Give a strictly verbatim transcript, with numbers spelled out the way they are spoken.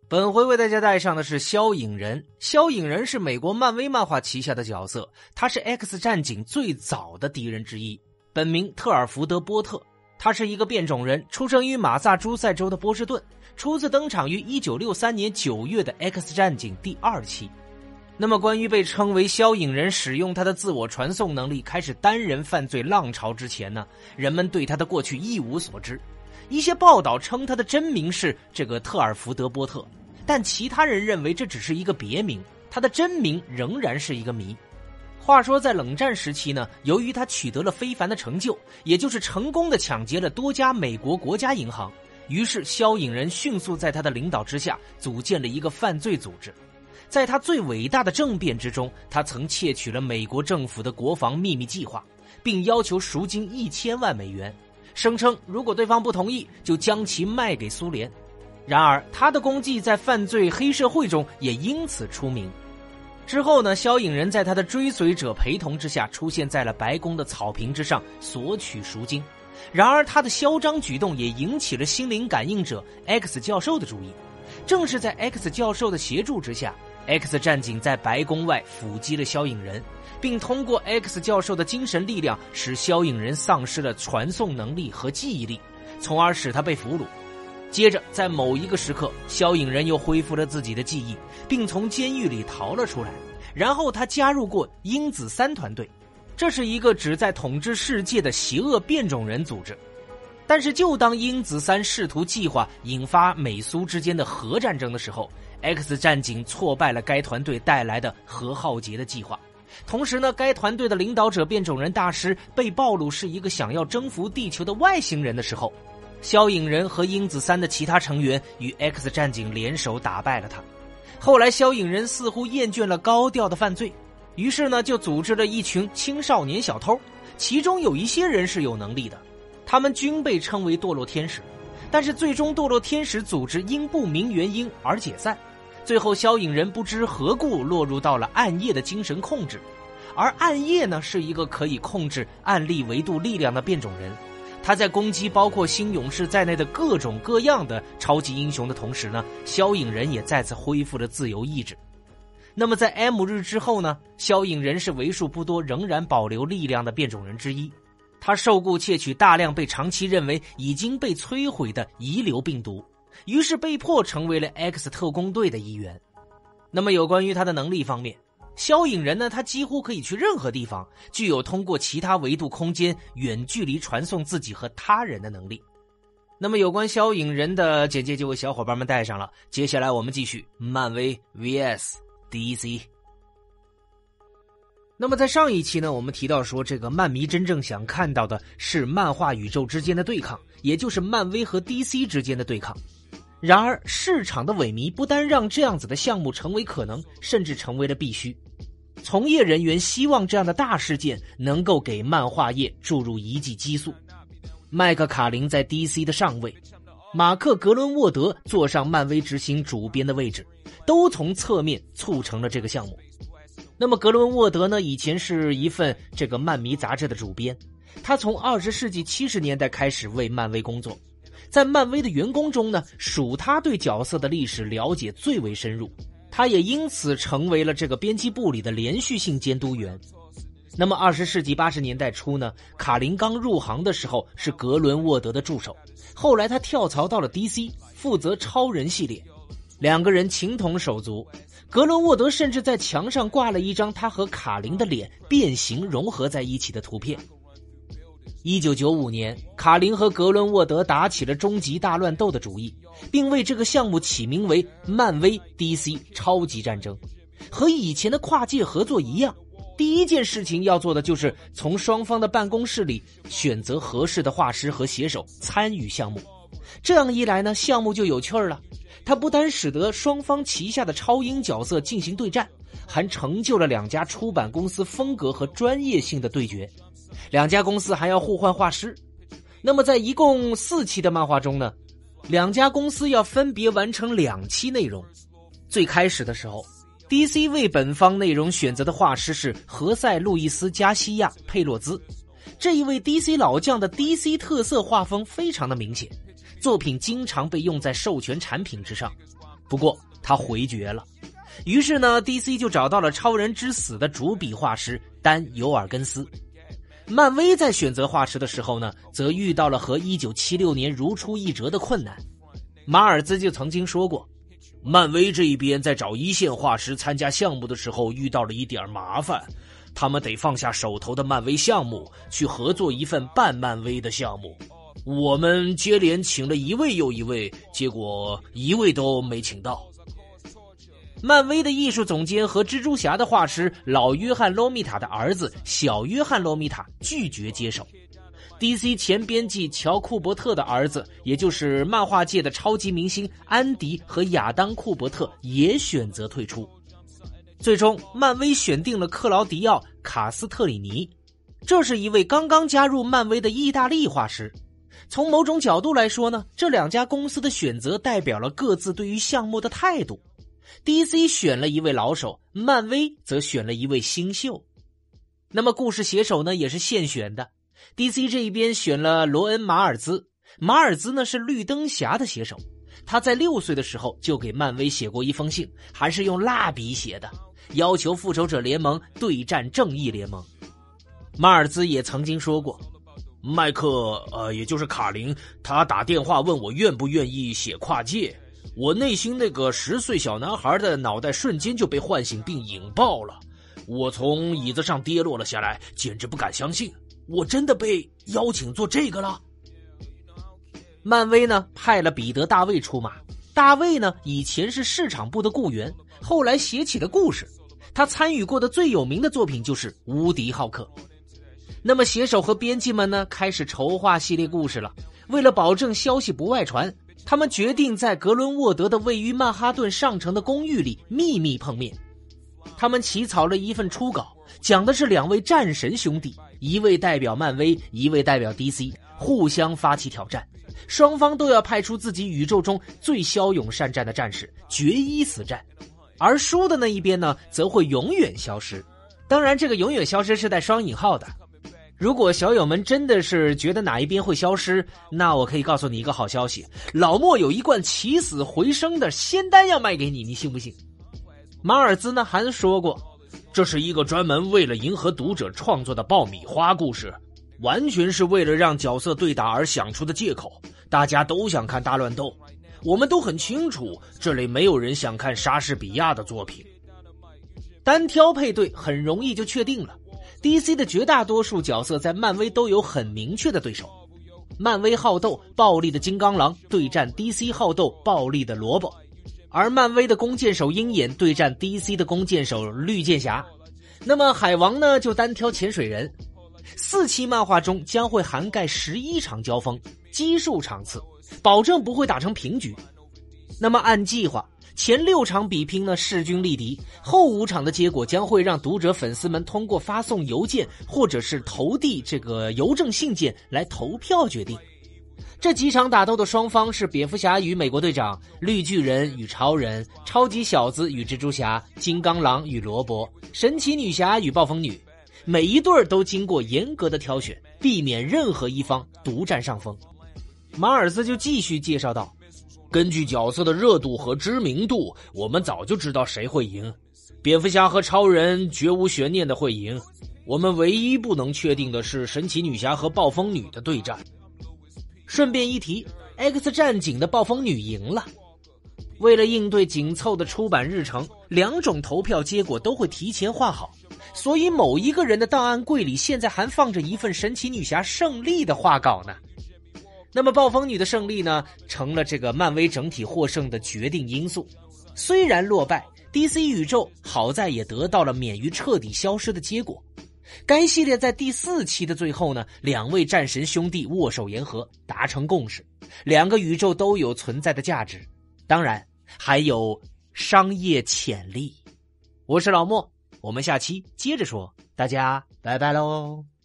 本回为大家带上的是萧影人。萧影人是美国漫威漫画旗下的角色，他是 X 战警最早的敌人之一，本名特尔福德·波特。他是一个变种人，出生于马萨诸塞州的波士顿，初次登场于一九六三年九月的 X 战警第二期。那么关于被称为萧影人使用他的自我传送能力开始单人犯罪浪潮之前呢，人们对他的过去一无所知。一些报道称他的真名是这个特尔福德·波特，但其他人认为这只是一个别名，他的真名仍然是一个谜。话说在冷战时期呢，由于他取得了非凡的成就，也就是成功的抢劫了多家美国国家银行，于是萧影人迅速在他的领导之下组建了一个犯罪组织。在他最伟大的政变之中，他曾窃取了美国政府的国防秘密计划，并要求赎金一千万美元，声称如果对方不同意就将其卖给苏联。然而他的功绩在犯罪黑社会中也因此出名。之后呢，萧影人在他的追随者陪同之下出现在了白宫的草坪之上索取赎金。然而他的嚣张举动也引起了心灵感应者 X 教授的注意。正是在 X 教授的协助之下， X 战警在白宫外伏击了萧影人，并通过 X 教授的精神力量使萧影人丧失了传送能力和记忆力，从而使他被俘虏。接着在某一个时刻，萧影人又恢复了自己的记忆，并从监狱里逃了出来。然后他加入过鹰子三团队，这是一个旨在统治世界的邪恶变种人组织。但是就当鹰子三试图计划引发美苏之间的核战争的时候， X 战警挫败了该团队带来的核浩劫的计划。同时呢，该团队的领导者变种人大师被暴露是一个想要征服地球的外星人的时候，萧影人和鹰子三的其他成员与 X 战警联手打败了他。后来萧影人似乎厌倦了高调的犯罪，于是呢就组织了一群青少年小偷，其中有一些人是有能力的，他们均被称为堕落天使。但是最终堕落天使组织因不明原因而解散，最后萧影人不知何故落入到了暗夜的精神控制。而暗夜呢是一个可以控制暗力维度力量的变种人，他在攻击包括新勇士在内的各种各样的超级英雄的同时呢，萧影人也再次恢复了自由意志。那么在 M 日之后呢，萧影人是为数不多仍然保留力量的变种人之一。他受雇窃取大量被长期认为已经被摧毁的遗留病毒，于是被迫成为了 X 特工队的一员。那么有关于他的能力方面，萧影人呢，他几乎可以去任何地方，具有通过其他维度空间远距离传送自己和他人的能力。那么有关萧影人的简介就为小伙伴们带上了，接下来我们继续漫威 V S D C。 那么在上一期呢，我们提到说这个漫迷真正想看到的是漫画宇宙之间的对抗，也就是漫威和 D C 之间的对抗。然而市场的萎靡不单让这样子的项目成为可能，甚至成为了必须。从业人员希望这样的大事件能够给漫画业注入一剂激素。麦克卡林在 D C 的上位，马克格伦沃德坐上漫威执行主编的位置，都从侧面促成了这个项目。那么格伦沃德呢，以前是一份这个漫迷杂志的主编，他从二十世纪七十年代开始为漫威工作，在漫威的员工中呢，属他对角色的历史了解最为深入，他也因此成为了这个编辑部里的连续性监督员。那么二十世纪八十年代初呢，卡林刚入行的时候是格伦沃德的助手，后来他跳槽到了 D C 负责超人系列，两个人情同手足。格伦沃德甚至在墙上挂了一张他和卡林的脸变形融合在一起的图片。一九九五年，卡林和格伦沃德打起了终极大乱斗的主意，并为这个项目起名为漫威 D C 超级战争。和以前的跨界合作一样，第一件事情要做的就是从双方的办公室里选择合适的画师和写手参与项目。这样一来呢，项目就有趣了。它不单使得双方旗下的超英角色进行对战，还成就了两家出版公司风格和专业性的对决。两家公司还要互换画师。那么在一共四期的漫画中呢，两家公司要分别完成两期内容。最开始的时候， D C 为本方内容选择的画师是何塞·路易斯·加西亚·佩洛兹。这一位 D C 老将的 D C 特色画风非常的明显，作品经常被用在授权产品之上。 不过他回绝了。于是呢 D C 就找到了超人之死的主笔画师丹·尤尔根斯。漫威在选择画师的时候呢，则遇到了和一九七六年如出一辙的困难。马尔兹就曾经说过，漫威这一边在找一线画师参加项目的时候遇到了一点麻烦，他们得放下手头的漫威项目，去合作一份半漫威的项目。我们接连请了一位又一位，结果一位都没请到。漫威的艺术总监和蜘蛛侠的画师老约翰·罗米塔的儿子小约翰·罗米塔拒绝接手。D C 前编辑乔·库伯特的儿子，也就是漫画界的超级明星安迪和亚当·库伯特也选择退出。最终，漫威选定了克劳迪奥·卡斯特里尼，这是一位刚刚加入漫威的意大利画师。从某种角度来说呢，这两家公司的选择代表了各自对于项目的态度。D C 选了一位老手，漫威则选了一位新秀。那么故事写手呢，也是现选的。D C 这一边选了罗恩·马尔兹，马尔兹呢是绿灯侠的写手，他在六岁的时候就给漫威写过一封信，还是用蜡笔写的，要求复仇者联盟对战正义联盟。马尔兹也曾经说过，麦克呃，也就是卡林，他打电话问我愿不愿意写跨界，我内心那个十岁小男孩的脑袋瞬间就被唤醒并引爆了，我从椅子上跌落了下来，简直不敢相信，我真的被邀请做这个了。漫威呢派了彼得·大卫出马，大卫呢以前是市场部的雇员，后来写起了故事，他参与过的最有名的作品就是《无敌浩克》。那么写手和编辑们呢开始筹划系列故事了，为了保证消息不外传，他们决定在格伦沃德的位于曼哈顿上城的公寓里秘密碰面。他们起草了一份初稿，讲的是两位战神兄弟，一位代表漫威，一位代表 D C， 互相发起挑战，双方都要派出自己宇宙中最骁勇善战的战士，决一死战。而输的那一边呢，则会永远消失。当然，这个永远消失是带双引号的。如果小友们真的是觉得哪一边会消失，那我可以告诉你一个好消息，老莫有一罐起死回生的仙丹要卖给你，你信不信？马尔兹呢还说过，这是一个专门为了迎合读者创作的爆米花故事，完全是为了让角色对打而想出的借口，大家都想看大乱斗，我们都很清楚这里没有人想看莎士比亚的作品。单挑配对很容易就确定了， D C 的绝大多数角色在漫威都有很明确的对手，漫威好斗暴力的金刚狼对战 D C 好斗暴力的萝卜，而漫威的弓箭手鹰眼对战 D C 的弓箭手绿箭侠。那么海王呢就单挑潜水人。四期漫画中将会涵盖十一场交锋，奇数场次，保证不会打成平局。那么按计划，前六场比拼呢势均力敌，后五场的结果将会让读者粉丝们通过发送邮件或者是投递这个邮政信件来投票决定。这几场打斗的双方是蝙蝠侠与美国队长，绿巨人与超人，超级小子与蜘蛛侠，金刚狼与罗伯，神奇女侠与暴风女。每一对都经过严格的挑选，避免任何一方独占上风。马尔斯就继续介绍道，根据角色的热度和知名度，我们早就知道谁会赢，蝙蝠侠和超人绝无悬念的会赢，我们唯一不能确定的是神奇女侠和暴风女的对战。顺便一提， X 战警的暴风女赢了。为了应对紧凑的出版日程，两种投票结果都会提前画好，所以某一个人的档案柜里现在还放着一份神奇女侠胜利的画稿呢。那么暴风女的胜利呢，成了这个漫威整体获胜的决定因素。虽然落败， D C 宇宙好在也得到了免于彻底消失的结果。该系列在第四期的最后呢，两位战神兄弟握手言和，达成共识，两个宇宙都有存在的价值，当然还有商业潜力。我是老莫，我们下期接着说，大家拜拜喽。